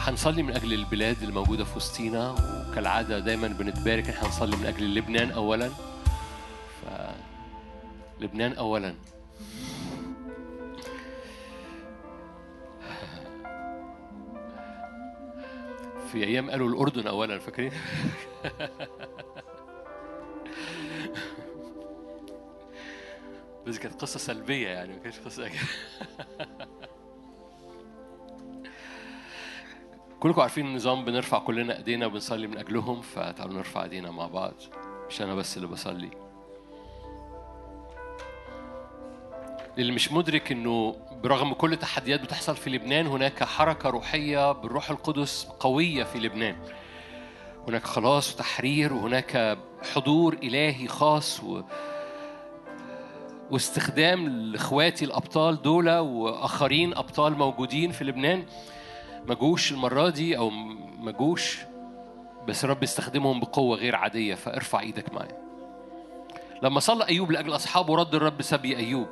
هنصلي من أجل البلاد اللي موجودة في وسطينا، وكالعادة دايما بنتبارك إحنا هنصلي من أجل لبنان أولا. لبنان أولا. في أيام قالوا الأردن أولا، فاكرين؟ بس كانت قصة سلبية يعني، ما كانتش قصة كلكم عارفين النظام، بنرفع كلنا ايدينا وبنصلي من اجلهم، فتعالوا نرفع ايدينا مع بعض. مش انا بس اللي بصلي. اللي مش مدرك انه برغم كل التحديات بتحصل في لبنان، هناك حركة روحية بالروح القدس قوية في لبنان. هناك خلاص وتحرير، وهناك حضور إلهي خاص واستخدام لاخواتي الابطال دول واخرين ابطال موجودين في لبنان. ما جوش المرة دي أو ما جوش، بس الرب يستخدمهم بقوة غير عادية. فارفع إيدك معايا. لما صلى أيوب لأجل أصحابه، رد الرب سبي أيوب.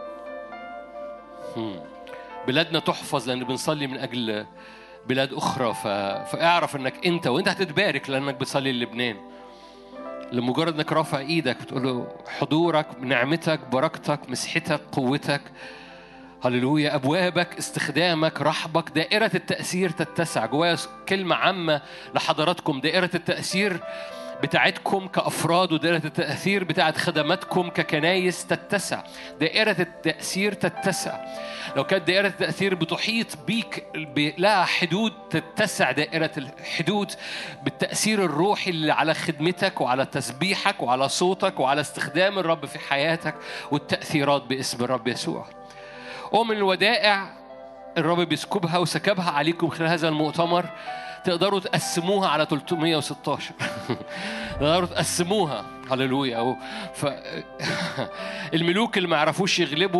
بلادنا تحفظ لأن بنصلي من أجل بلاد أخرى. فاعرف أنك أنت وأنت هتتبارك لأنك بتصلي للبنان. لمجرد أنك رافع إيدك بتقول له حضورك، نعمتك، بركتك، مسحتك، قوتك، هللويا، أبوابك، استخدامك، رحبك، دائرة التأثير تتسع. جوايا كلمة عامة لحضراتكم: دائرة التأثير بتاعتكم كأفراد ودائرة التأثير بتاعت خدماتكم ككنايس تتسع. دائرة التأثير تتسع. لو كانت دائرة التأثير بتحيط بيك لها حدود، تتسع دائرة الحدود بالتأثير الروحي اللي على خدمتك وعلى تسبيحك وعلى صوتك وعلى استخدام الرب في حياتك والتأثيرات باسم الرب يسوع. من الودائع الرب بيسكبها وسكبها عليكم خلال هذا المؤتمر. تقدروا تقسموها على 316. تقدروا تقسموها. هللويا. الملوك اللي ما يعرفوش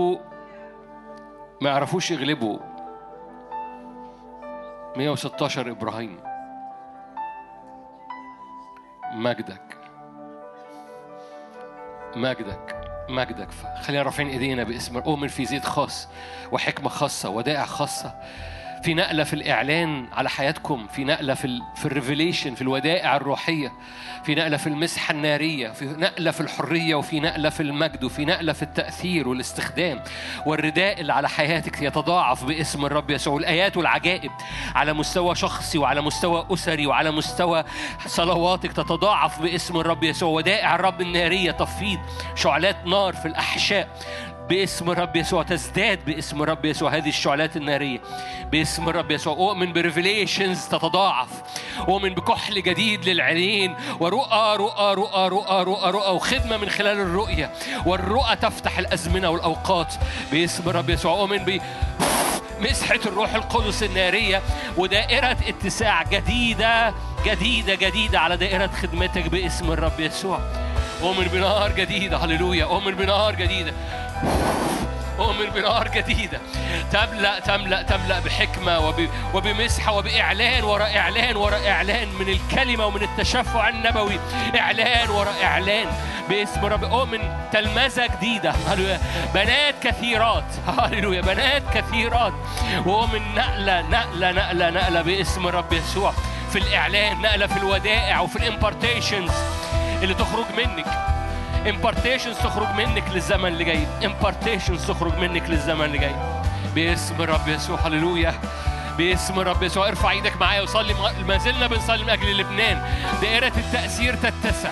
يغلبوا 116 إبراهيم. مجدك. خلينا رافعين ايدينا باسم. أؤمن في زيت خاص وحكمة خاصة ودائع خاصة، في نقلة في الإعلان على حياتكم، في نقلة في الريفيليشن، في الودائع الروحية، في نقلة في المسحة النارية، في نقلة في الحرية، وفي نقلة في المجد، وفي نقلة في التأثير والاستخدام. والرداء اللي على حياتك يتضاعف باسم الرب يسوع. الآيات والعجائب على مستوى شخصي وعلى مستوى أسري وعلى مستوى صلواتك تتضاعف باسم الرب يسوع. ودائع الرب النارية تفيض شعلات نار في الأحشاء باسم الرب يسوع. تزداد باسم الرب يسوع هذه الشعلات النارية باسم الرب يسوع. أؤمن بريفيليشنز تتضاعف. أؤمن بكحل جديد للعينين ورؤى رؤى رؤى رؤى رؤى رؤى وخدمة من خلال الرؤية. والرؤى تفتح الأزمنة والأوقات باسم الرب يسوع. أؤمن بمسحة الروح القدس النارية ودائرة اتساع جديدة جديدة جديدة على دائرة خدمتك باسم الرب يسوع. أؤمن بنار جديدة. هللويا. أؤمن بنار جديدة. أؤمن بنار جديدة تملأ بحكمة وبمسحة وبإعلان وراء إعلان وراء إعلان من الكلمة ومن التشفع النبوي. إعلان وراء إعلان باسم رب. أؤمن تلمذة جديدة. هللويا. بنات كثيرات. هللويا. بنات كثيرات. وأؤمن نقلة باسم رب يسوع في الإعلان، نقلة في الودائع وفي الإمبارتيشنز اللي تخرج منك. impartations تخرج منك للزمن اللي جاي. impartations تخرج منك للزمن اللي جاي باسم الرب يسوع. هللويا. باسم الرب يسوع. ارفع ايدك معايا وصلي. ما زلنا بنصلي من اجل لبنان. دائرة التأثير تتسع.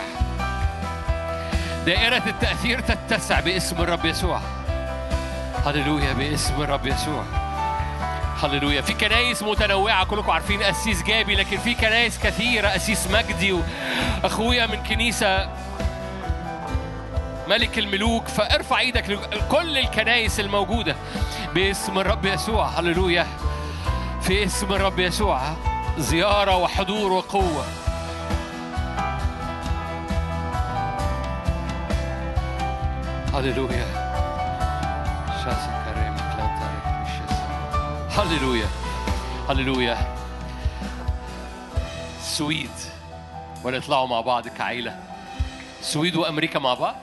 دائرة التأثير تتسع باسم الرب يسوع. هللويا. باسم الرب يسوع. هللويا. في كنايس متنوعة، كلكم عارفين أسيس جابي، لكن في كنايس كثيرة. أسيس مجدي وأخويا من كنيسة ملك الملوك. فارفع ايدك لكل الكنائس الموجودة باسم الرب يسوع. هللويا. في اسم الرب يسوع زيارة وحضور وقوة. هللويا. هللويا. هللويا. السويد ونطلعوا مع بعض كعيلة. السويد وأمريكا مع بعض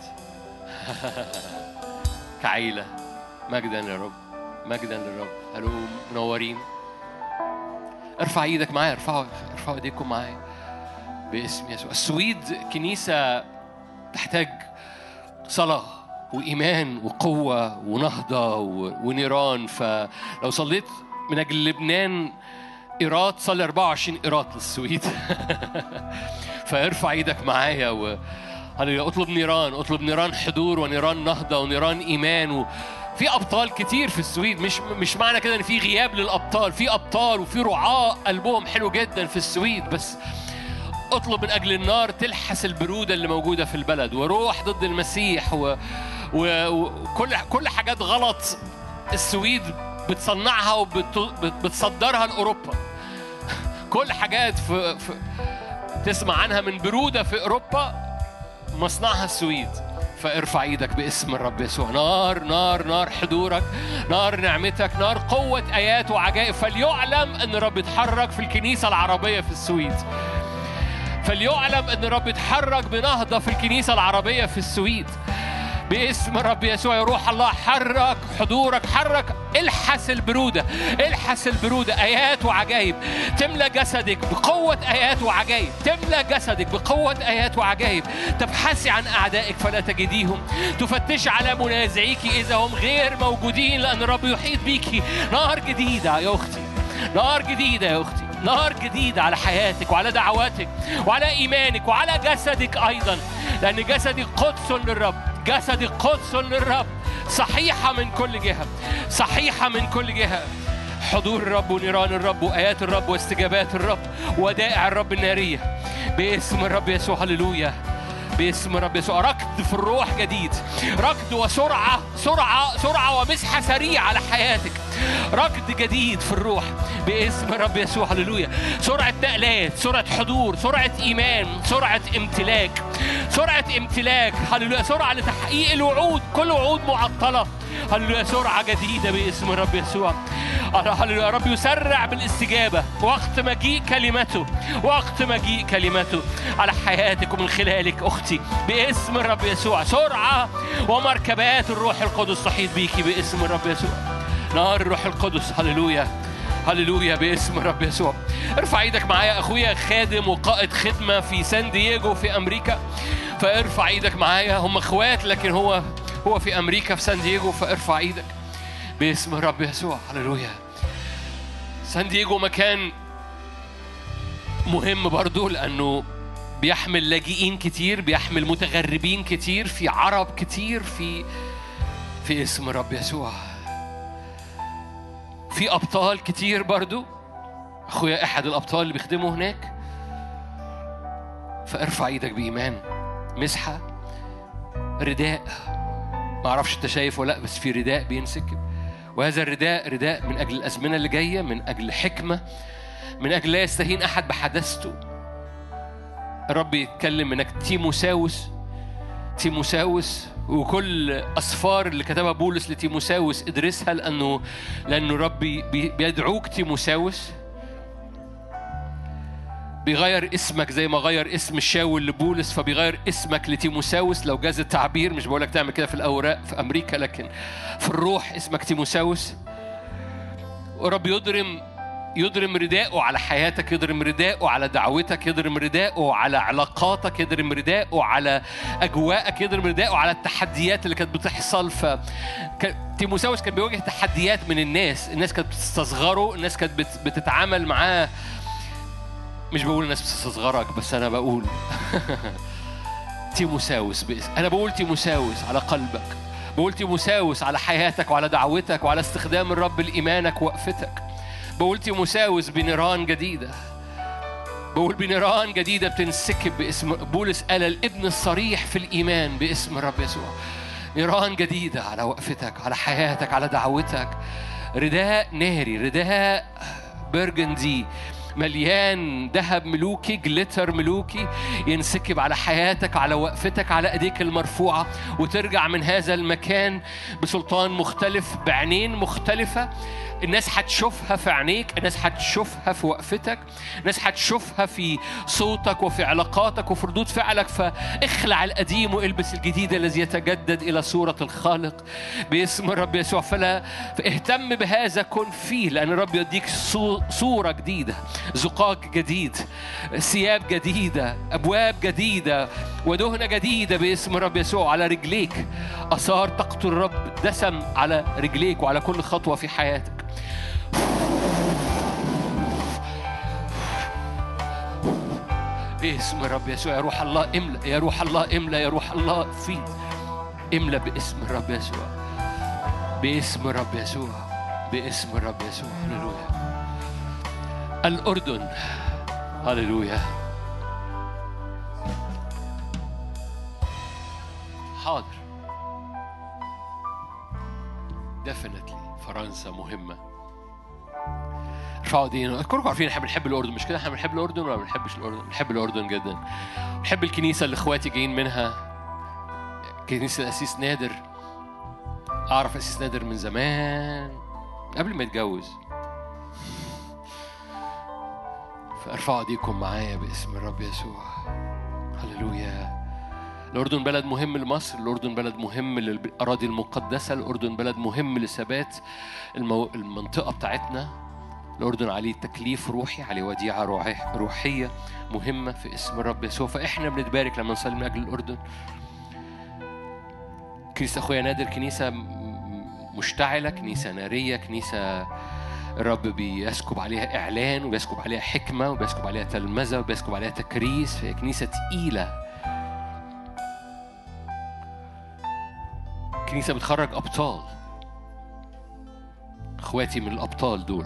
كعيلة. مجدا للرب. مجدا للرب. هلو منورين. ارفع ايدك معايا، ارفعوا ايديكم معايا باسم يسوع. السويد كنيسة تحتاج صلاة وإيمان وقوة ونهضة ونيران. فلو صليت من أجل لبنان إيرات، صلي 24 إيرات للسويد. فارفع ايدك معايا اطلب نيران حضور ونيران نهضة ونيران إيمان. في أبطال كتير في السويد، مش معنى كده إن في غياب للأبطال، في أبطال وفي رعاة قلبهم حلو جدا في السويد. بس اطلب من أجل النار تلحس البرودة اللي موجودة في البلد، وروح ضد المسيح وكل حاجات غلط السويد بتصنعها وبتصدرها لأوروبا. كل حاجات تسمع عنها من برودة في أوروبا مصنعها السويد. فارفع ايدك باسم الرب يسوع. نار نار نار حضورك، نار نعمتك، نار قوة آيات وعجائب. فليعلم أن الرب يتحرك في الكنيسة العربية في السويد. فليعلم أن الرب يتحرك بنهضة في الكنيسة العربية في السويد باسم الرب يسوع. يا روح الله حرك حضورك، حرك، الحس البرودة، الحس البرودة. آيات وعجائب تملى جسدك بقوة آيات وعجائب، تملى جسدك بقوة آيات وعجائب. تبحثي عن أعدائك فلا تجديهم، تفتش على منازعيك إذا هم غير موجودين، لأن الرب يحيط بيك. نار جديدة يا أختي، نار جديدة يا أختي، نار جديدة على حياتك وعلى دعواتك وعلى إيمانك وعلى جسدك أيضا، لأن جسدك قدس للرب، جسدك قدس للرب، صحيحة من كل جهة، صحيحة من كل جهة. حضور الرب ونيران الرب وآيات الرب واستجابات الرب ودائع الرب النارية باسم الرب يسوع. هللويا باسم الرب يسوع. ركض في الروح جديد، ركض وسرعة، سرعة ومسحة سريعة على حياتك. ركض جديد في الروح باسم الرب يسوع. هللويا. سرعة نقلات، سرعة حضور، سرعة إيمان، سرعة امتلاك، سرعة امتلاك. هللويا. سرعة لتحقيق الوعود، كل وعود معطلة. هللويا. سرعة جديدة باسم الرب يسوع. هللويا. رب يسرع بالاستجابة وقت مجيء كلمته، وقت مجيء كلمته على حياتك ومن خلالك أختي باسم الرب يسوع. سرعة ومركبات الروح القدس تحيط بيكي باسم الرب يسوع. نار الروح القدس. هللويا هللويا باسم الرب يسوع. ارفع ايدك معايا. اخويا خادم وقائد خدمة في سان دييغو في امريكا، فارفع ايدك معايا. هم اخوات لكن هو في امريكا في سان دييغو، فارفع ايدك باسم الرب يسوع. هللويا. سان دييغو مكان مهم برضو لانه بيحمل لاجئين كتير، بيحمل متغربين كتير، في عرب كتير، في اسم الرب يسوع. في أبطال كتير برضو. أخويا أحد الأبطال اللي بيخدموا هناك، فارفع إيدك بإيمان. مسحة، رداء، ما أعرفش أنت شايف ولا لأ، بس في رداء بينسكب، وهذا الرداء رداء من أجل الأزمنة اللي جاية، من أجل حكمة، من أجل لا يستهين أحد بحدثته. الرب يتكلم إنك تيموساوس، وكل أسفار اللي كتبها بولس لتيموساوس ادرسها، لأنه ربي بيدعوك تيموساوس. بيغير اسمك زي ما غير اسم الشاول لبولس، فبيغير اسمك لتيموساوس. لو جاز التعبير، مش بقولك تعمل كده في الأوراق في أمريكا، لكن في الروح اسمك تيموساوس. ورب يضرم رداءه على حياتك، يضرم رداءه على دعوتك، يضرم رداءه على علاقاتك، يضرم رداءه على أجواءك، يضرم رداءه على التحديات اللي كانت بتحصل. تيموساوس كان بيواجه تحديات من الناس كانت بتستصغره، الناس كانت بتتعامل معاه. مش بقول الناس بتستصغرك، بس أنا بقول تيموساوس باسم. أنا بقول تيموساوس على قلبك، بقول تيموساوس على حياتك وعلى دعوتك وعلى استخدام الرب لإيمانك ووقفتك. بقول تيموساوس بنيران جديدة، بقول بنيران جديدة بتنسكب باسم بولس. قال الابن الصريح في الإيمان باسم الرب يسوع. نيران جديدة على وقفتك، على حياتك، على دعوتك. رداء ناري، رداء برجندي مليان ذهب ملوكي، جليتر ملوكي ينسكب على حياتك، على وقفتك، على ايديك المرفوعة، وترجع من هذا المكان بسلطان مختلف، بعينين مختلفة. الناس هتشوفها في عينيك، الناس هتشوفها في وقفتك، الناس هتشوفها في صوتك وفي علاقاتك وفي ردود فعلك. فاخلع القديم والبس الجديد الذي يتجدد إلى صورة الخالق باسم الرب يسوع. فاهتم بهذا، كن فيه، لأن الرب يديك صورة جديدة، زقاق جديد، ثياب جديدة، أبواب جديدة، ودهنة جديدة باسم الرب يسوع على رجليك. آثار تقتل الرب دسم على رجليك وعلى كل خطوة في حياتك. باسم الرب يسوع. يا روح الله املأ، يا روح الله املأ، يا روح الله فيض، املأ باسم الرب يسوع، باسم الرب يسوع، باسم الرب يسوع. هللويا. الأردن. هللويا. حاضر. definitely فرنسا مهمة. ارفعوا ايدينا. كلكم عارفين احنا بنحب الأردن، مش كده؟ احنا بنحب الأردن ولا ما بنحبش الأردن؟ بنحب الأردن جدا. بنحب الكنيسة اللي اخواتي جايين منها، كنيسة أسيس نادر. أعرف أسيس نادر من زمان قبل ما يتجوز. فارفعوا ايديكم معايا باسم الرب يسوع. هللويا. الأردن بلد مهم لمصر، الأردن بلد مهم للأراضي المقدسة، الأردن بلد مهم لثبات المنطقة بتاعتنا. الأردن عليه تكليف روحي، عليه وديعة روحية مهمة في اسم الرب يسوع. فإحنا بنتبارك لما نصلي من أجل الأردن. كنيسة أخويا نادر كنيسة مشتعلة، كنيسة نارية، كنيسة الرب بيسكب عليها إعلان وبيسكب عليها حكمة وبيسكب عليها تلمذة وبيسكب عليها تكريس. فهي كنيسة تقيلة، كنيسة بتخرج أبطال، إخواتي من الأبطال دول.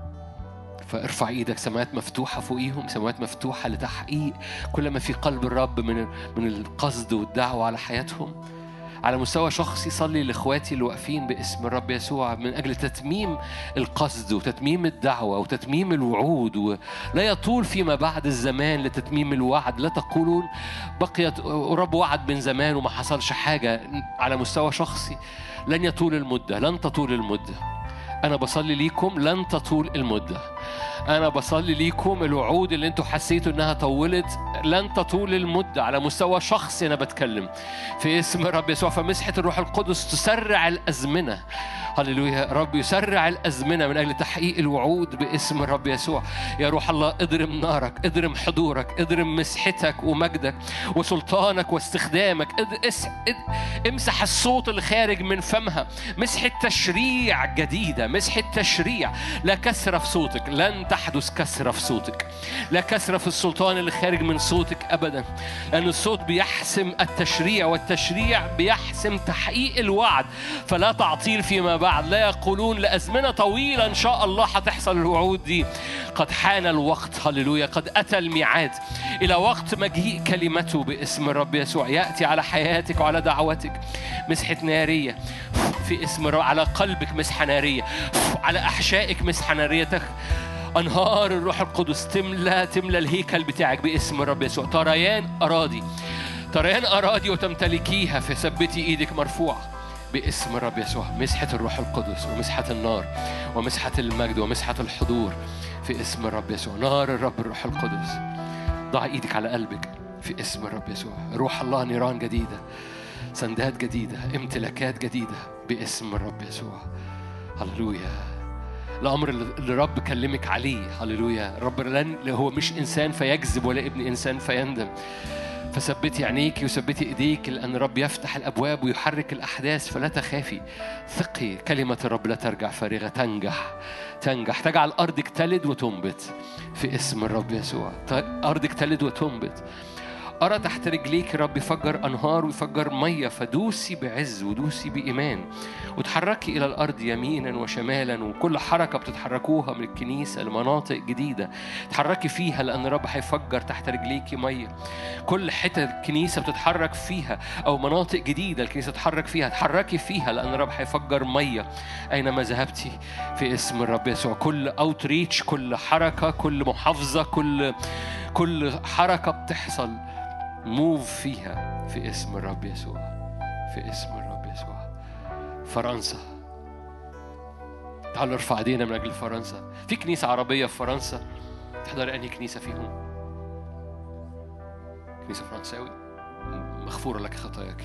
فارفع إيدك، سماوات مفتوحة فوقيهم، سماوات مفتوحة لتحقيق كل ما في قلب الرب من القصد والدعوة على حياتهم. على مستوى شخصي صلي لإخواتي اللي واقفين باسم الرب يسوع من أجل تتميم القصد وتتميم الدعوة وتتميم الوعود. ولا يطول فيما بعد الزمان لتتميم الوعد. لا تقولون بقيت الرب وعد من زمان وما حصلش حاجة. على مستوى شخصي لن يطول المدة، لن تطول المدة. أنا بصلي ليكم لن تطول المدة. أنا بصلي ليكم الوعود اللي أنتوا حسيتوا إنها طولت لن تطول المدة. على مستوى شخصي أنا بتكلم في اسم الرب يسوع. فمسحة الروح القدس تسرع الأزمنة. هللويا. رب يسرع الأزمنة من أجل تحقيق الوعود باسم الرب يسوع. يا روح الله اضرم نارك، اضرم حضورك، اضرم مسحتك ومجدك وسلطانك واستخدامك. امسح الصوت اللي خارج من فمها. مسحة تشريع جديدة، مسحة تشريع. لا كسرة في صوتك، لن تحدث كسرة في صوتك. لا كسرة في السلطان اللي خارج من صوتك أبدا، لأن الصوت بيحسم التشريع والتشريع بيحسم تحقيق الوعد. فلا تعطيل فيما بعد. لا يقولون لأزمنة طويلة إن شاء الله هتحصل الوعود دي. قد حان الوقت. هللويا. قد أتى الميعاد إلى وقت مجيء كلمته باسم الرب يسوع. يأتي على حياتك وعلى دعوتك مسحة نارية في اسم الرب. على قلبك مسحة نارية، على أحشائك مسحة نارية. أنهار الروح القدس تملى الهيكل بتاعك باسم الرب يسوع. طريان أراضي وتمتلكيها. فثبتي إيدك مرفوعة باسم الرب يسوع. مسحة الروح القدس ومسحة النار ومسحة المجد ومسحة الحضور في اسم الرب يسوع. نار الرب الروح القدس. ضع إيدك على قلبك في اسم الرب يسوع. روح الله نيران جديدة، سندات جديدة، امتلاكات جديدة باسم الرب يسوع. هللويا. الأمر اللي رب كلمك عليه. هللويا. رب هو مش إنسان فيكذب ولا ابن إنسان فيندم. فثبتي عينيك وثبتي إيديك، لأن رب يفتح الأبواب ويحرك الأحداث. فلا تخافي، ثقي. كلمة الرب لا ترجع فارغة، تنجح. تجعل أرضك تلد وتنبت في اسم الرب يسوع. أرضك تلد وتنبت. أرى تحت رجليك رب يفجر أنهار ويفجر مية، فدوسي بعز ودوسي بإيمان وتحركي إلى الأرض يمينا وشمالا. وكل حركة بتتحركوها من الكنيسة لمناطق جديدة تحركي فيها، لأن رب هيفجر تحت رجليك مية. كل حتة الكنيسة بتتحرك فيها أو مناطق جديدة الكنيسة تتحرك فيها، تحركي فيها لأن رب هيفجر مية أينما ذهبتي في اسم الرب يسوع. كل أوتريتش، كل حركة، كل محافظة، كل حركة بتحصل موف فيها في اسم الرب يسوع، في اسم الرب يسوع. فرنسا، تعالوا نرفع ايدينا من اجل فرنسا. في كنيسة عربية في فرنسا، تحضر انهي كنيسة فيهم؟ كنيسة فرنساوي، مغفورة لك خطاياك.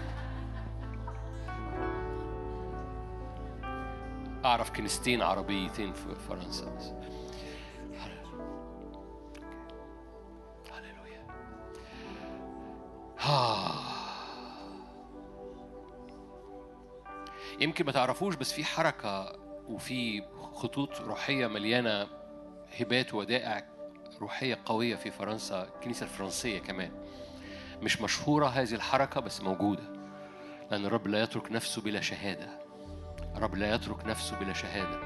اعرف كنيستين عربيتين في فرنسا بس. يمكن ما تعرفوش بس في حركة وفي خطوط روحية مليانة هبات ودائع روحية قوية في فرنسا. الكنيسة الفرنسية كمان مش مشهورة هذه الحركة بس موجودة، لأن الرب لا يترك نفسه بلا شهادة. الرب لا يترك نفسه بلا شهادة.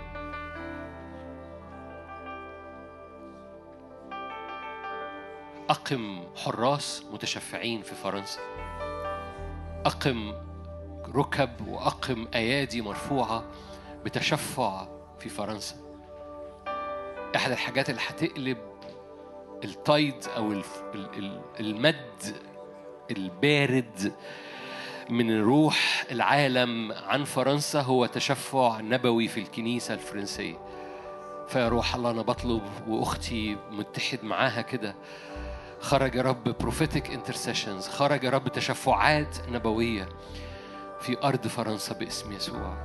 أقم حراس متشفعين في فرنسا، أقم ركب وأقم أيادي مرفوعة بتشفع في فرنسا. أحد الحاجات اللي هتقلب التايد أو المد البارد من روح العالم عن فرنسا هو تشفع نبوي في الكنيسة الفرنسية. فيا روح الله أنا بطلب، وأختي متحد معاها كده، خرج يا رب prophetic intercessions، خرج يا رب تشفعات نبوية في أرض فرنسا باسم يسوع.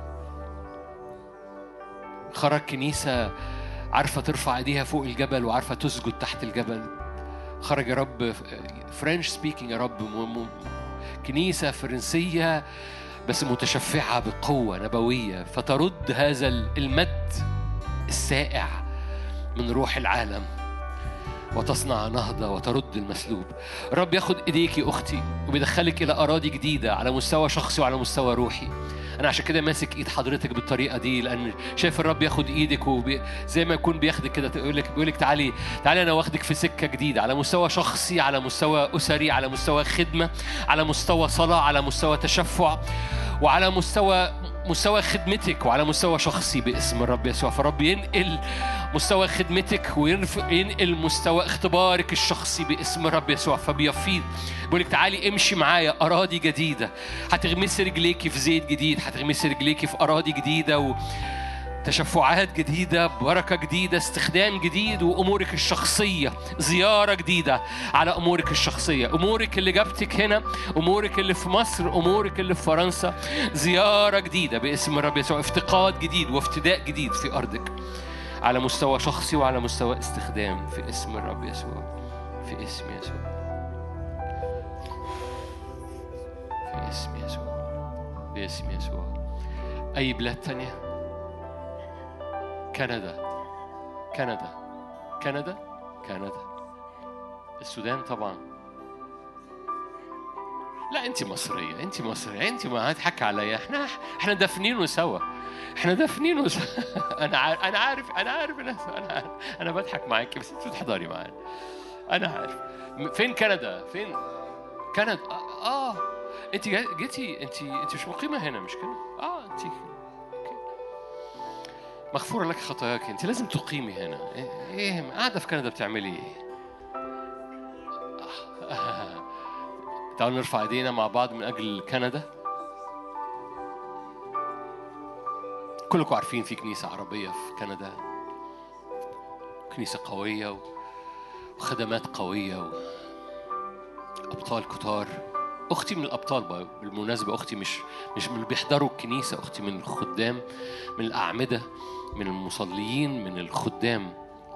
خرج كنيسة عارفة ترفع ايديها فوق الجبل وعارفة تسجد تحت الجبل. خرج يا رب فرنش سبيكينج يا رب، كنيسة فرنسية بس متشفعة بقوة نبوية، فترد هذا المد السائع من روح العالم وتصنع نهضة وترد المسلوب. رب ياخد إيديكي أختي وبيدخلك إلى أراضي جديدة على مستوى شخصي وعلى مستوى روحي. أنا عشان كده ماسك إيد حضرتك بالطريقة دي، لأن شايف الرب ياخد إيدك زي ما يكون بياخدك كده، بيقولك تعالي أنا واخدك في سكة جديدة على مستوى شخصي، على مستوى أسري، على مستوى خدمة، على مستوى صلاة، على مستوى تشفع، وعلى مستوى خدمتك، وعلى مستوى شخصي باسم الرب يسوع. فرب ينقل مستوى خدمتك وينقل مستوى اختبارك الشخصي باسم الرب يسوع. فبيفيض بيقولك تعالي امشي معايا أراضي جديدة، هتغمسي رجليكي في زيت جديد، هتغمسي رجليكي في أراضي جديدة وتشفعات جديدة، بركة جديدة، استخدام جديد، وأمورك الشخصية زيارة جديدة على أمورك الشخصية، أمورك اللي جابتك هنا، أمورك اللي في مصر، أمورك اللي في فرنسا، زيارة جديدة باسم الرب يسوع، افتقاد جديد وافتداء جديد في أرضك على مستوى شخصي وعلى مستوى استخدام في اسم الرب يسوع، في اسم يسوع، في اسم يسوع، في اسم يسوع. أي بلاد تانية؟ كندا، السودان طبعا. لا انت مصرية، انت ما هتحكي عليا، احنا دافنينه سوا، انا عارف انا بضحك معاكي بس انت بتحضري معانا. انا عارف. فين كندا؟ فين كندا؟ انت جيتي، انت مش مقيمة هنا مش كده؟ انت مغفورة لك خطاياك، انت لازم تقيمي هنا. ايه قاعدة في كندا بتعملي ايه؟ تعالوا نرفع ايدينا مع بعض من اجل كندا. كلكم عارفين في كنيسة عربية في كندا، كنيسة قوية وخدمات قوية وأبطال كتار. أختي من الأبطال بالمناسبة، أختي مش من اللي بيحضروا الكنيسة، أختي من الخدام، من الأعمدة، من المصليين، من الخدام.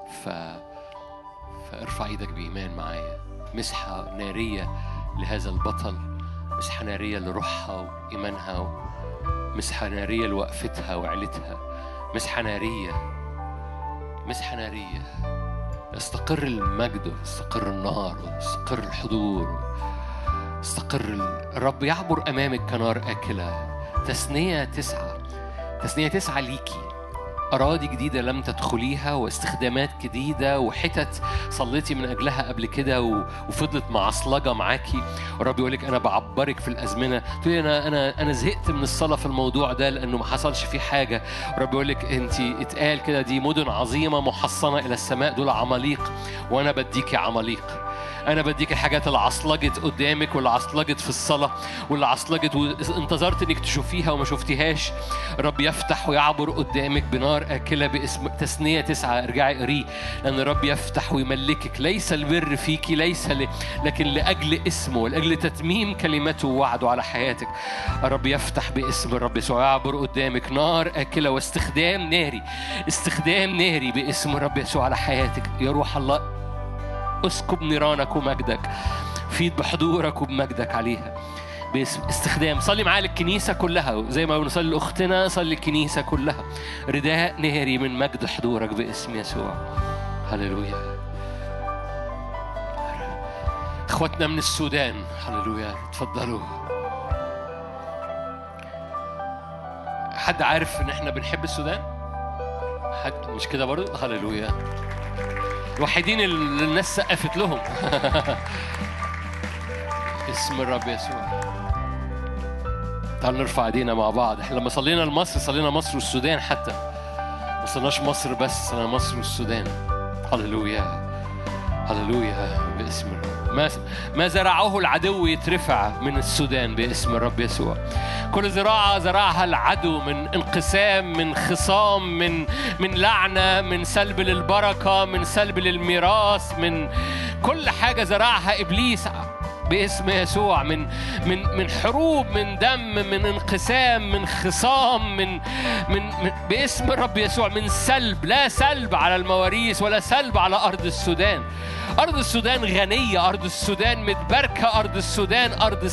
فارفع ايدك بإيمان معايا. مسحة نارية لهذا البطل، مسحة نارية لروحها وإيمانها، مسحة نارية لوقفتها وعيلتها، مسحة نارية يستقر المجد، يستقر النار، يستقر الحضور، يستقر الرب يعبر أمامك كنار آكلة. تثنية 9 ليكي، أراضي جديدة لم تدخليها، واستخدامات جديدة، وحتت صليتي من أجلها قبل كده وفضلت معصلجة معاكي. الرب يقولك أنا بعبرك في الأزمنة. تقولي أنا زهقت من الصلاة في الموضوع ده لأنه ما حصلش فيه حاجة. الرب يقولك أنت اتقال كده دي مدن عظيمة محصنة إلى السماء، دول عماليق، وأنا بديكي عماليق. أنا بديك الحاجات اللي عصلجت قدامك، واللي عصلجت في الصلاة، واللي عصلجت وانتظرت إنك تشوفيها وما شفتيهاش. الرب يفتح ويعبر قدامك بنار آكلة باسم تثنية 9. ارجعي قريه، لأن الرب يفتح ويملكك. ليس البر فيكي، لكن لأجل اسمه ولأجل تتميم كلمته ووعده على حياتك. الرب يفتح باسم الرب يسوع، يعبر قدامك نار آكلة واستخدام ناري باسم الرب يسوع على حياتك. يا روح الله اسكب نيرانك ومجدك، فيد بحضورك وبمجدك عليها باسم استخدام. صلي معايا للكنيسة كلها زي ما بنصلي لأختنا، صلي الكنيسة كلها. رداء نهري من مجد حضورك باسم يسوع. هللويا. اخواتنا من السودان، هللويا، اتفضلوا. حد عارف ان احنا بنحب السودان؟ حد مش كده برضو؟ هللويا. الوحيدين اللي الناس سقفت لهم. اسم الرب يسوع. تعالوا نرفع ايدينا مع بعض. احنا لما صلينا لمصر صلينا مصر والسودان، حتى ما صليناش مصر بس، صلينا مصر والسودان. هللويا هللويا باسم الرب. ما زرعه العدو يترفع من السودان باسم الرب يسوع. كل زراعة زرعها العدو من انقسام، من خصام، من لعنة، من سلب للبركة، من سلب للميراث، من كل حاجة زرعها إبليس باسم يسوع، من حروب، من دم، من انقسام، من خصام، من باسم الرب يسوع، من سلب. لا سلب على المواريث ولا سلب على أرض السودان. أرض السودان غنية، أرض السودان متباركة، أرض السودان أرض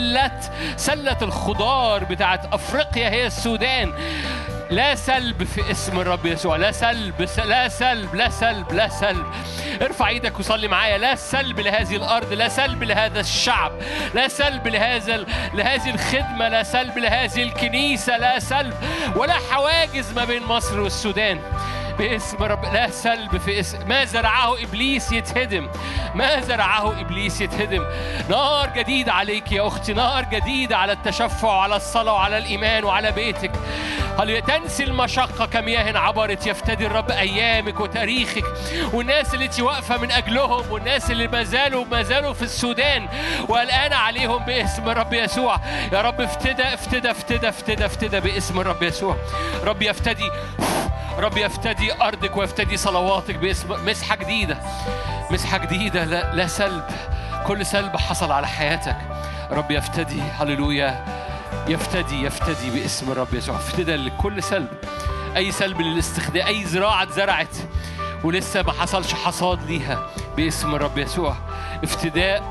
سلة الخضار بتاعت أفريقيا هي السودان. لا سلب في اسم الرب يسوع، لا سلب لا سلب لا سلب لا سلب. ارفع ايدك وصلي معايا. لا سلب لهذه الأرض، لا سلب لهذا الشعب، لا سلب لهذه الخدمة، لا سلب لهذه الكنيسة، لا سلب ولا حواجز ما بين مصر والسودان باسم رب. لا سلب في اسم. ما زرعه إبليس يتهدم، ما زرعه إبليس يتهدم. نار جديدة عليك يا أختي، نار جديدة على التشفع وعلى الصلاة وعلى الإيمان وعلى بيتك. هل تنسي المشقة كمياه عبرت؟ يفتدي الرب أيامك وتاريخك والناس اللي واقفة من أجلهم، والناس اللي ما زالوا في السودان والآن عليهم باسم الرب يسوع. يا رب افتدى باسم الرب يسوع. رب يفتدي، رب يفتدي أرضك ويفتدي صلواتك باسم. مسحة جديدة. لا سلب، كل سلب حصل على حياتك رب يفتدي. هللويا. يفتدي باسم الرب يسوع. افتدى لكل سلب، أي سلب للاستخدام، أي زراعة زرعت ولسه ما حصلش حصاد ليها باسم الرب يسوع. افتداء.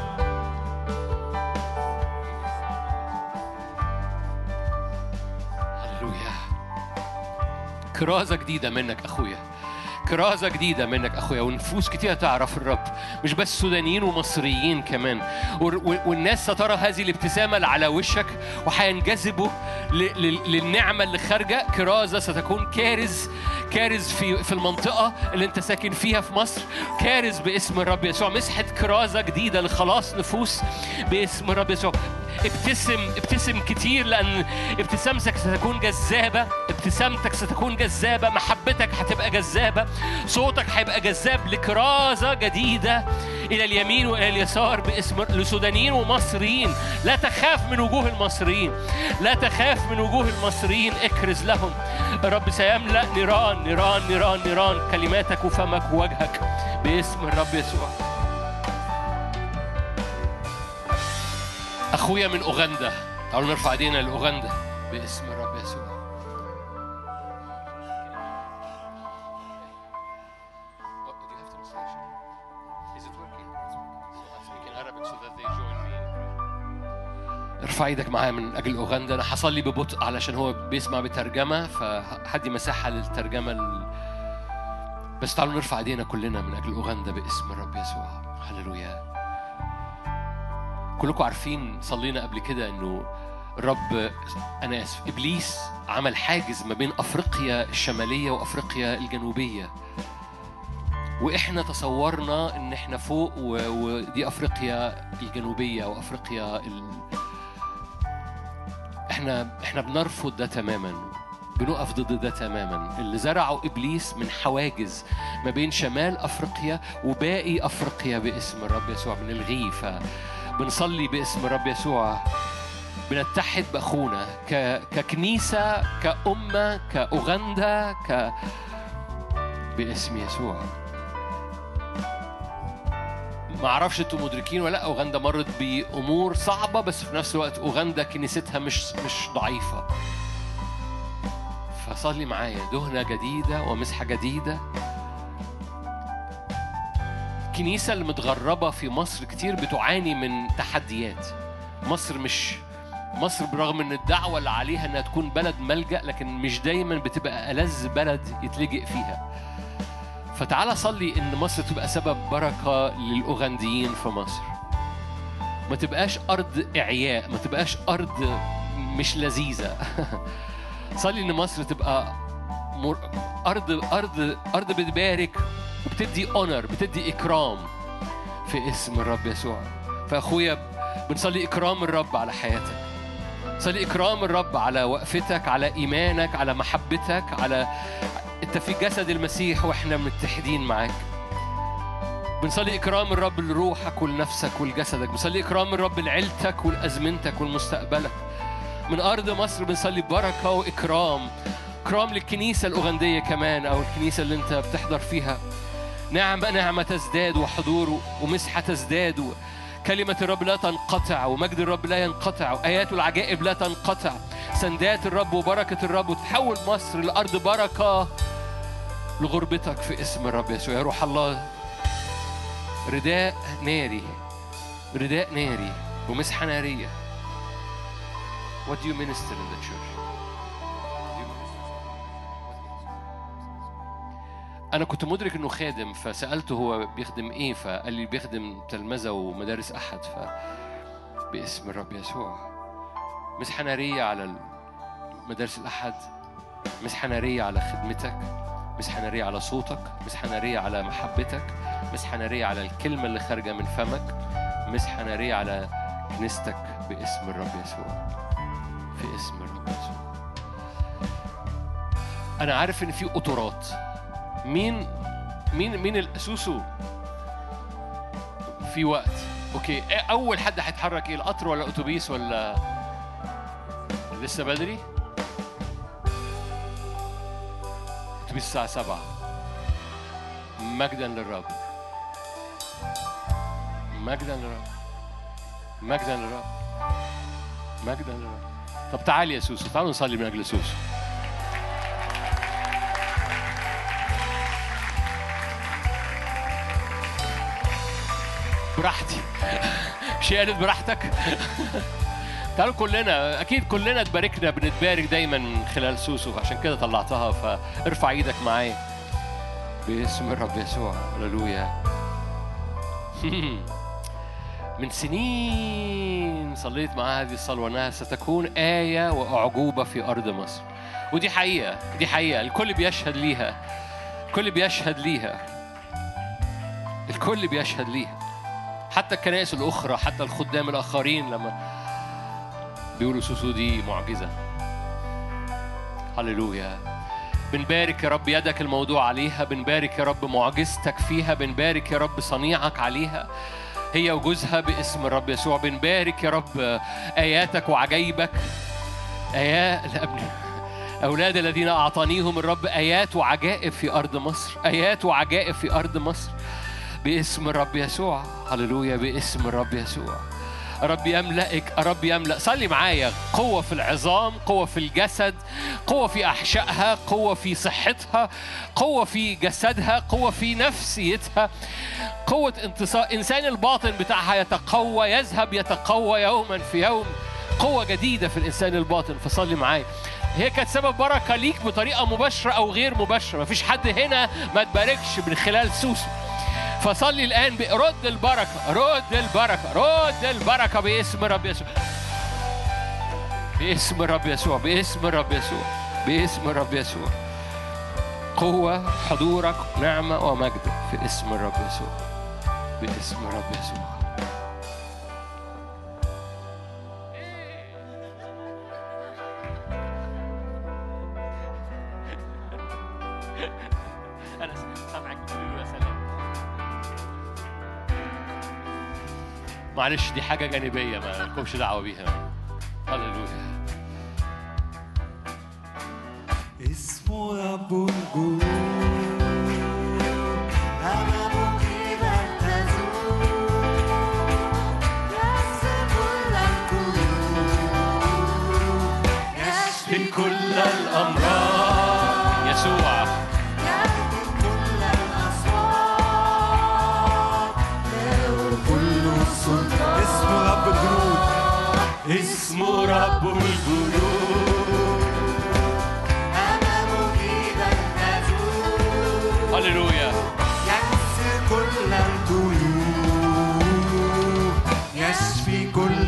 هللويا. كرازة جديدة منك أخويا، كرازة جديدة منك أخويا، ونفوس كتير تعرف الرب، مش بس سودانيين ومصريين كمان. والناس سترى هذه الابتسامة اللي على وشك وحينجذبوا للنعمة اللي خارجة. كرازة ستكون كارز في المنطقة اللي انت ساكن فيها في مصر. كارز باسم الرب يسوع. مسحة كرازة جديدة لخلاص نفوس باسم الرب يسوع. ابتسم كتير، لأن ابتسامتك ستكون جذابة، ابتسامتك ستكون جذابة، محبتك هتبقى جذابة، صوتك هيبقى جذاب لكرازة جديدة إلى اليمين وإلى اليسار باسم لسودانيين ومصريين. لا تخاف من وجوه المصريين، لا تخاف من وجوه المصريين، اكرز لهم. الرب سيملأ نيران كلماتك وفمك ووجهك باسم الرب يسوع. أخويا من أوغندا، تعالوا نرفع ايدينا لأوغندا باسم الرب يسوع. ارفع ايدك معايا من أجل أوغندا. أنا حصلي ببطء علشان هو بيسمع بترجمة، فحدي مساحة للترجمة بس تعالوا نرفع ايدينا كلنا من أجل أوغندا باسم الرب يسوع. هللويا. كلكم عارفين صلينا قبل كده إنه الرب، أنا آسف، إبليس عمل حاجز ما بين أفريقيا الشمالية وأفريقيا الجنوبية، وإحنا تصورنا إن إحنا فوق ودي أفريقيا الجنوبية وأفريقيا إحنا بنرفض ده تماماً، بنقف ضد ده تماماً. اللي زرعه إبليس من حواجز ما بين شمال أفريقيا وباقي أفريقيا باسم الرب يسوع بنلغيه. فبنصلي باسم الرب يسوع، بنتحد بأخونا ككنيسة، كأمة، كأوغندا، باسم يسوع. ما اعرفش انتوا مدركين ولا لا، اوغندا مرت بامور صعبه، بس في نفس الوقت اوغندا كنيستها مش ضعيفه. فصلي معايا دهنه جديده ومسحه جديده. الكنيسه اللي متغربه في مصر كتير بتعاني من تحديات. مصر برغم ان الدعوه اللي عليها انها تكون بلد ملجأ، لكن مش دايما بتبقى ألذ بلد يتلجئ فيها. فتعالى صلي إن مصر تبقى سبب بركة للأوغنديين في مصر. ما تبقاش أرض إعياء، ما تبقاش أرض مش لذيذة. صلي إن مصر تبقى أرض بتبارك وبتدي أونر، بتدي إكرام في اسم الرب يسوع. فأخويا بنصلي إكرام الرب على حياتك، صلي إكرام الرب على وقفتك، على إيمانك، على محبتك، على أنت في جسد المسيح وإحنا متحدين معاك. بنصلي إكرام الرب لروحك ولنفسك ولجسدك. بنصلي إكرام الرب لعيلتك ولأزمنتك ولمستقبلك. من أرض مصر بنصلي بركة وإكرام، إكرام للكنيسة الأوغندية كمان، أو الكنيسة اللي أنت بتحضر فيها. نعمة تزداد، وحضور ومسحة تزداد، كلمة الرب لا تنقطع، ومجد الرب لا ينقطع، وآيات العجائب لا تنقطع، سندات الرب وبركة الرب، وتحول مصر لأرض بركة لغربتك في اسم الرب يسوع. يا روح الله، رداء ناري ومسحة نارية. What do you minister in the church? أنا كنت مدرك إنه خادم، فسألته هو بيخدم إيه، فقال لي بيخدم تلمذة ومدارس أحد. باسم الرب يسوع، مسحة نارية على مدارس الأحد، مسحة نارية على خدمتك، مسحة نارية على صوتك، مسحة نارية على محبتك، مسحة نارية على الكلمة اللي خارجة من فمك، مسحة نارية على كنيستك باسم الرب يسوع، في اسم الرب يسوع. أنا عارف إن في قطورات. مين الأسوسو في وقت؟ أوكي، أول حد هيتحرك إيه، القطر ولا الأتوبيس ولا لسه بدري؟ أتوبيس الساعة 7. مجداً للرب، مجداً للرب، مجداً للرب، مجداً للرب. طب تعالي يا سوسو، تعالوا نصلي من أجل سوسو. براحتي. مش قالت براحتك؟ تعالوا كلنا، أكيد كلنا اتباركنا، بنتبارك دايما من خلال سوسو، عشان كده طلعتها. فارفع ايدك معايا باسم الرب يسوع. هللويا. من سنين صليت مع هذه الصلوة أنها ستكون آية وأعجوبة في أرض مصر، ودي حقيقة، دي حقيقة. الكل بيشهد ليها، الكل بيشهد ليها، الكل بيشهد ليها. حتى الكنائس الأخرى، حتى الخدام الآخرين لما بيقولوا سوسو دي معجزة. هللويا. بنبارك يا رب يدك الموضوع عليها، بنبارك يا رب معجزتك فيها، بنبارك يا رب صنيعك عليها هي وجوزها باسم الرب يسوع. بنبارك يا رب آياتك وعجائبك، أولاد الذين أعطانيهم الرب آيات وعجائب في أرض مصر، آيات وعجائب في أرض مصر باسم الرب يسوع. هللويا. باسم الرب يسوع. رب يملأك، رب يملأ. صلي معايا. قوة في العظام، قوة في الجسد، قوة في أحشائها، قوة في صحتها، قوة في جسدها، قوة في نفسيتها، قوة انتصار. إنسان الباطن بتاعها يتقوى، يذهب يتقوى يوما في يوم، قوة جديدة في الإنسان الباطن. فصلي معايا. هي كانت سبب بركة ليك بطريقة مباشرة أو غير مباشرة. مفيش حد هنا ما تباركش من خلال سوسو. فصلي الآن رد البركة، رد البركة، رد البركة باسم رب يسوع، باسم رب يسوع، باسم رب يسوع، باسم رب يسوع. قوة، حضورك، نعمة ومجد في اسم الرب يسوع، باسم رب يسوع. أنا سامعك بتقول يا سلام. معلش دي حاجة جانبية ما لكمش دعوة بيها. هللويا. اسمه رب الجنود أمامه كده تزول يكسر كل القلوب يشفي كل الأمراض يسوع يهدي كل الأصوات له كل السلطان. اسمه رب الجنود، اسمه رب الجنود هللويا. يكسر كل القلوب يشفي كل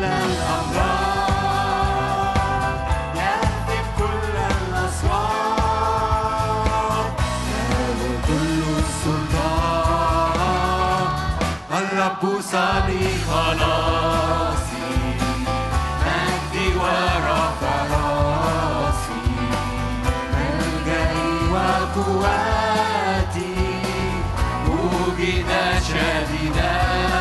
الأمراض يهدي كل الأصوات له كل السلطان. الرب صلي خلاصي مجدي ورفع راسي ملجئي وقوتي شديدا.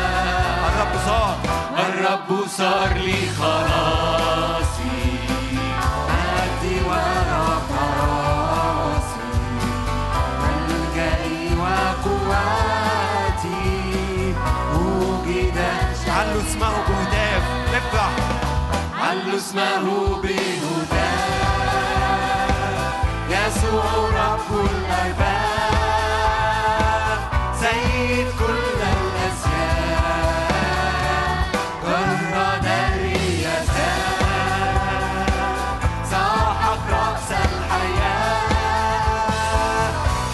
الرب صار لي خلاصي مجدي ورفع راسي ملجئي وقوتي وجد. علوا اسمه بهتاف، نفرح. علوا اسمه بهتاف يسوع رب الأرباب سيد كل الأسياد جرد الرياسات ساحق رأس الحياة.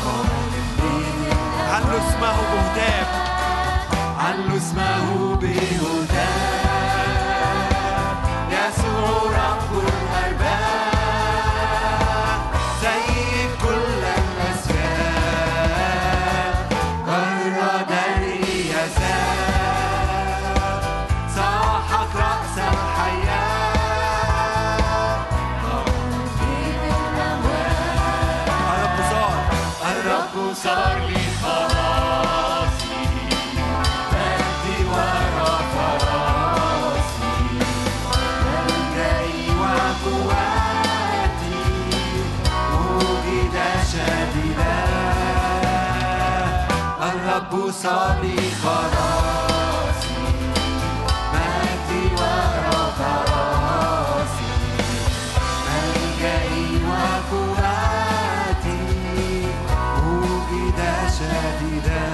علوا اسمه بهتاف، علوا اسمه بهتاف يسوع رب الأرباب سيد كل الأسياد جرد الرياسات ساحق رأس الحياة خالد الأموات. الرب صار لي خلاصي مجدي ورفع راسي ملجئي وقوتي وجد شديدا. الرب صار لي خلاصي مجدي ورفع راسي ملجئي وقوتي وجد شديدا.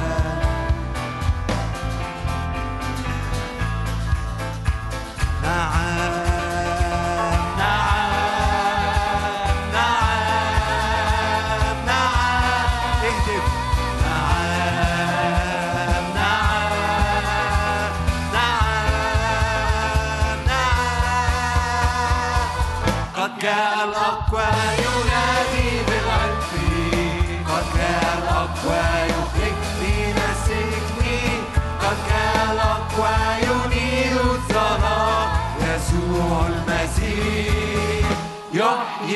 جاء الأقوى ينادي بالعلف قد جاء الأقوى يخرج من السجن قد جاء الأقوى ينير الظلام يسوع المسيح يحيي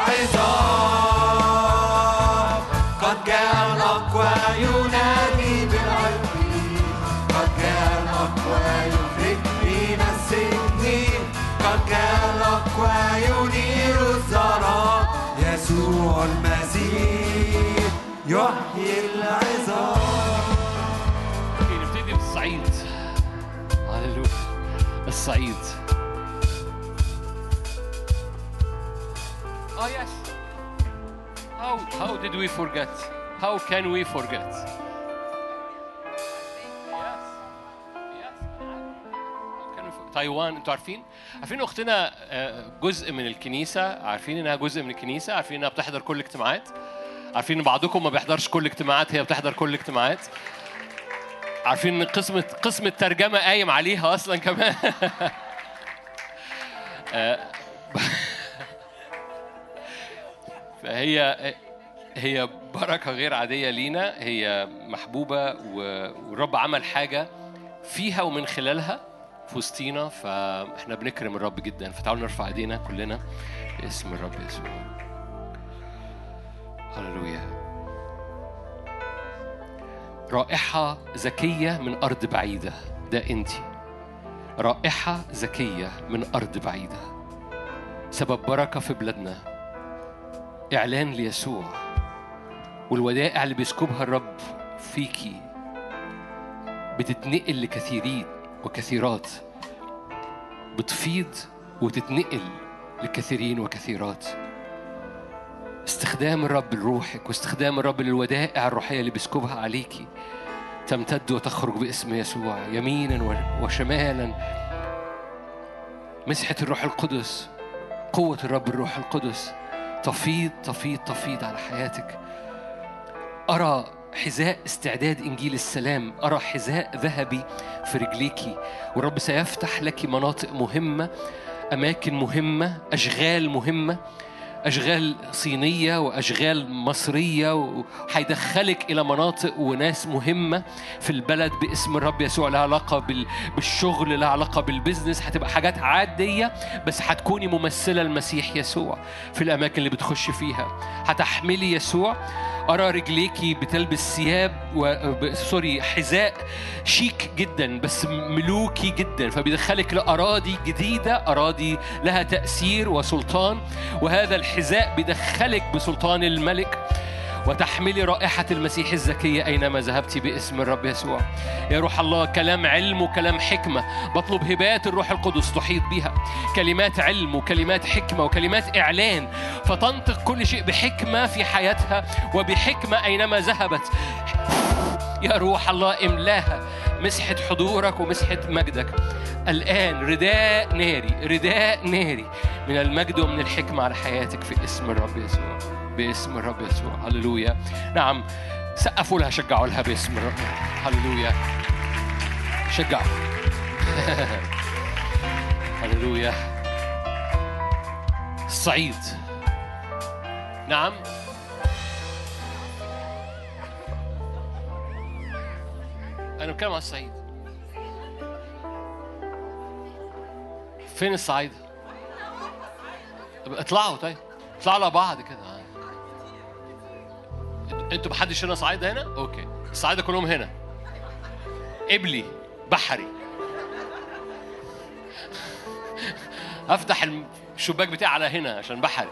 العظام. قد جاء الأقوى ينادي بالعلف قد جاء الأقوى يخرج من السجن قد جاء الأقوى ينير الظلام يسوع المسيح يحيي العظام. نبتدي بالصعيد. هللويا. الصعيد. yes. How did we forget? How can we forget? Yes. Yes. How can we forget? تايوان. انتوا عارفين اختنا جزء من الكنيسه، عارفين انها جزء من الكنيسه، عارفين انها بتحضر كل الاجتماعات، عارفين ان بعضكم ما بيحضرش كل الاجتماعات، هي بتحضر كل الاجتماعات، عارفين ان قسم الترجمه قايم عليها اصلا كمان. فهي بركه غير عاديه لينا، هي محبوبه والرب عمل حاجه فيها ومن خلالها في وسطينا، فاحنا بنكرم الرب جدا. فتعالوا نرفع ايدينا كلنا باسم الرب يسوع. هللويا. رائحة زكية من أرض بعيدة، ده أنتي. رائحة زكية من أرض بعيدة، سبب بركة في بلادنا، إعلان ليسوع والودائع اللي بيسكبها الرب فيكي بتتنقل لكثيرين وكثيرات، بتفيض وتتنقل لكثيرين وكثيرات. استخدام الرب لروحك واستخدام الرب للودائع الروحية اللي بيسكبها عليكي تمتد وتخرج باسم يسوع يمينا وشمالا. مسحة الروح القدس، قوة الرب الروح القدس تفيض تفيض تفيض على حياتك. أرى حذاء استعداد إنجيل السلام، أرى حذاء ذهبي في رجليكي، والرب سيفتح لك مناطق مهمة، أماكن مهمة، أشغال مهمة، أشغال صينية وأشغال مصرية، وحيدخلك إلى مناطق وناس مهمة في البلد باسم الرب يسوع. لها علاقة بالشغل، لها علاقة بالبزنس، هتبقى حاجات عادية بس هتكوني ممثلة المسيح يسوع في الأماكن اللي بتخش فيها. هتحملي يسوع. أرى رجليكي بتلبس ثياب حذاء شيك جدا بس ملوكي جدا، فبيدخلك لأراضي جديدة، أراضي لها تأثير وسلطان، وهذا الحذاء بيدخلك بسلطان الملك، وتحملي رائحة المسيح الزكية أينما ذهبتي باسم الرب يسوع. يا روح الله، كلام علم وكلام حكمة، بطلب هبات الروح القدس تحيط بها، كلمات علم وكلمات حكمة وكلمات إعلان، فتنطق كل شيء بحكمة في حياتها وبحكمة أينما ذهبت. يا روح الله املاها مسحة حضورك ومسحة مجدك الآن. رداء ناري، رداء ناري من المجد ومن الحكمة على حياتك في اسم الرب يسوع، باسم الرب يسوع. هللويا. نعم، سقفوا لها، شجعوا لها باسم الرب. هللويا، شجعوا. هللويا. الصعيد. نعم، أنا بتكلم عن الصعيد. فين الصعيد؟ اطلعوا، طيب اطلعوا لبعض كده. انتوا محدش هنا صعيدة هنا؟ اوكي، الصعيدة كلهم هنا. قبلي بحري. افتح الشباك بتاعي على هنا عشان بحري.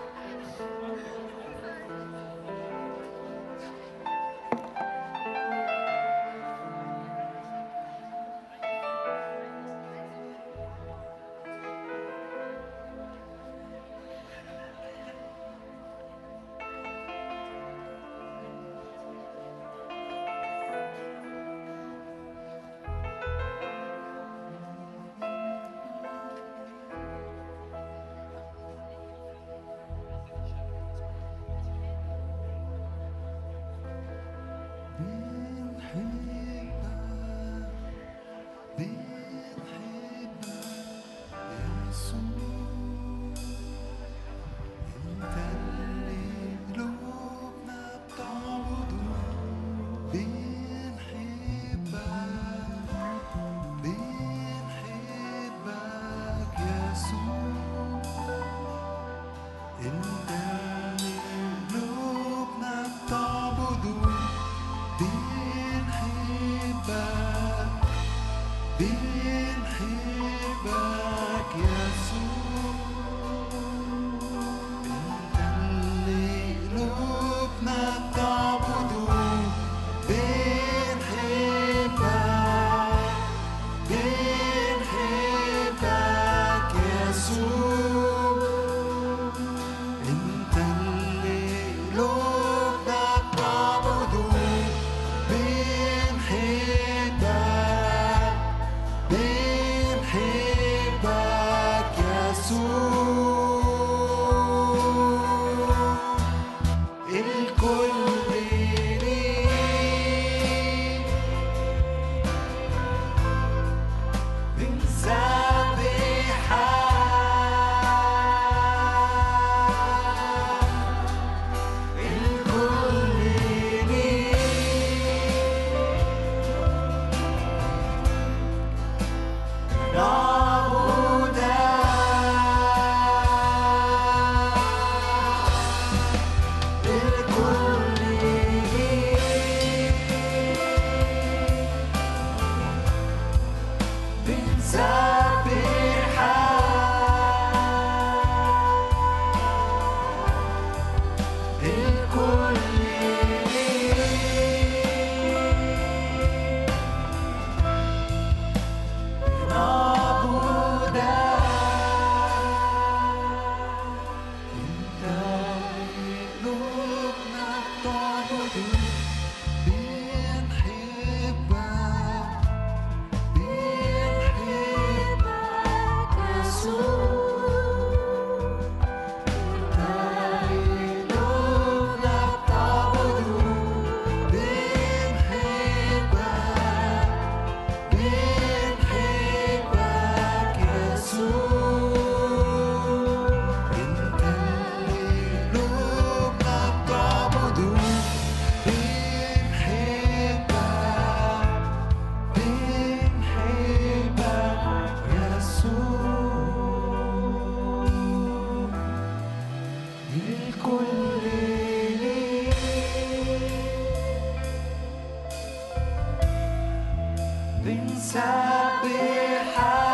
بنسبحك